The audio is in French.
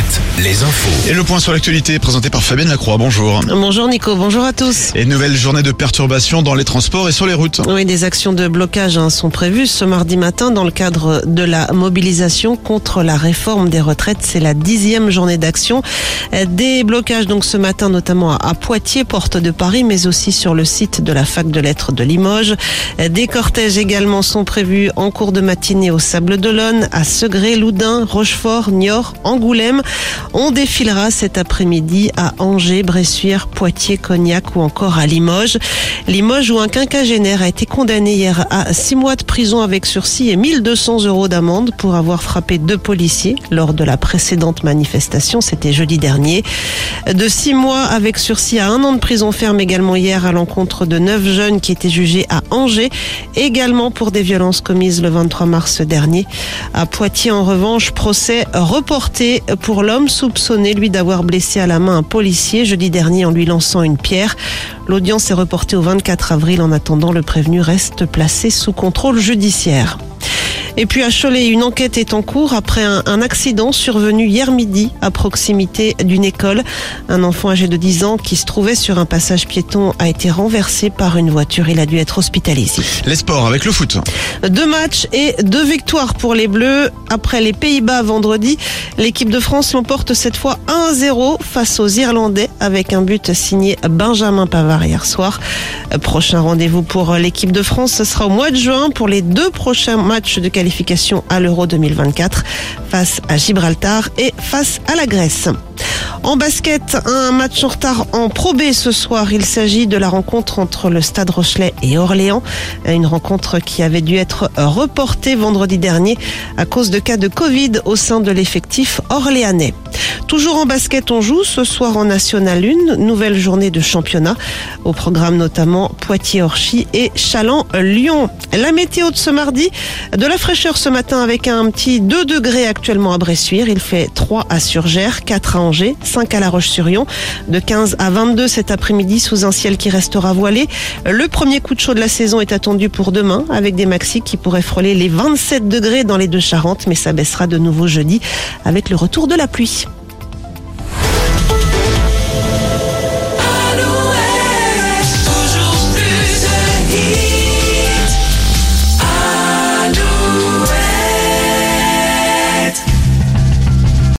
Direct, les infos. Et le point sur l'actualité présenté par Fabienne Lacroix. Bonjour. Bonjour Nico, bonjour à tous. Et nouvelle journée de perturbation dans les transports et sur les routes. Oui, des actions de blocage sont prévues ce mardi matin dans le cadre de la mobilisation contre la réforme des retraites. C'est la 10e journée d'action. Des blocages donc ce matin notamment à Poitiers, porte de Paris, mais aussi sur le site de la fac de lettres de Limoges. Des cortèges également sont prévus en cours de matinée au Sables-d'Olonne, à Segré, Loudun, Rochefort, Niort, Angoulême. On défilera cet après-midi à Angers, Bressuire, Poitiers, Cognac ou encore à Limoges. Limoges où un quinquagénaire a été condamné hier à 6 mois de prison avec sursis et 1 200 € d'amende pour avoir frappé 2 policiers lors de la précédente manifestation. C'était jeudi dernier. De 6 mois avec sursis à 1 an de prison ferme également hier à l'encontre de 9 jeunes qui étaient jugés à Angers, également pour des violences commises le 23 mars dernier. À Poitiers, en revanche, procès reporté pour l'homme soupçonné, lui, d'avoir blessé à la main un policier jeudi dernier en lui lançant une pierre. L'audience est reportée au 24 avril. En attendant, le prévenu reste placé sous contrôle judiciaire. Et puis à Cholet, une enquête est en cours après un accident survenu hier midi à proximité d'une école. Un enfant âgé de 10 ans qui se trouvait sur un passage piéton a été renversé par une voiture. Il a dû être hospitalisé. Les sports avec le foot. 2 matchs et 2 victoires pour les Bleus. Après les Pays-Bas vendredi, l'équipe de France l'emporte cette fois 1-0 face aux Irlandais avec un but signé Benjamin Pavard hier soir. Prochain rendez-vous pour l'équipe de France, ce sera au mois de juin pour les 2 prochains matchs de qualification à l'Euro 2024 face à Gibraltar et face à la Grèce. En basket, un match en retard en Pro B ce soir. Il s'agit de la rencontre entre le Stade Rochelais et Orléans. Une rencontre qui avait dû être reportée vendredi dernier à cause de cas de Covid au sein de l'effectif orléanais. Toujours en basket, on joue ce soir en National 1, nouvelle journée de championnat. Au programme notamment Poitiers-Orchy et Châlons-Lyon. La météo de ce mardi, de la fraîcheur ce matin avec un petit 2 degrés actuellement à Bressuire. Il fait 3 à Surgères, 4 à Angers, 5 à La Roche-sur-Yon. De 15 à 22 cet après-midi sous un ciel qui restera voilé. Le premier coup de chaud de la saison est attendu pour demain avec des maxis qui pourraient frôler les 27 degrés dans les Deux-Charentes, mais ça baissera de nouveau jeudi avec le retour de la pluie.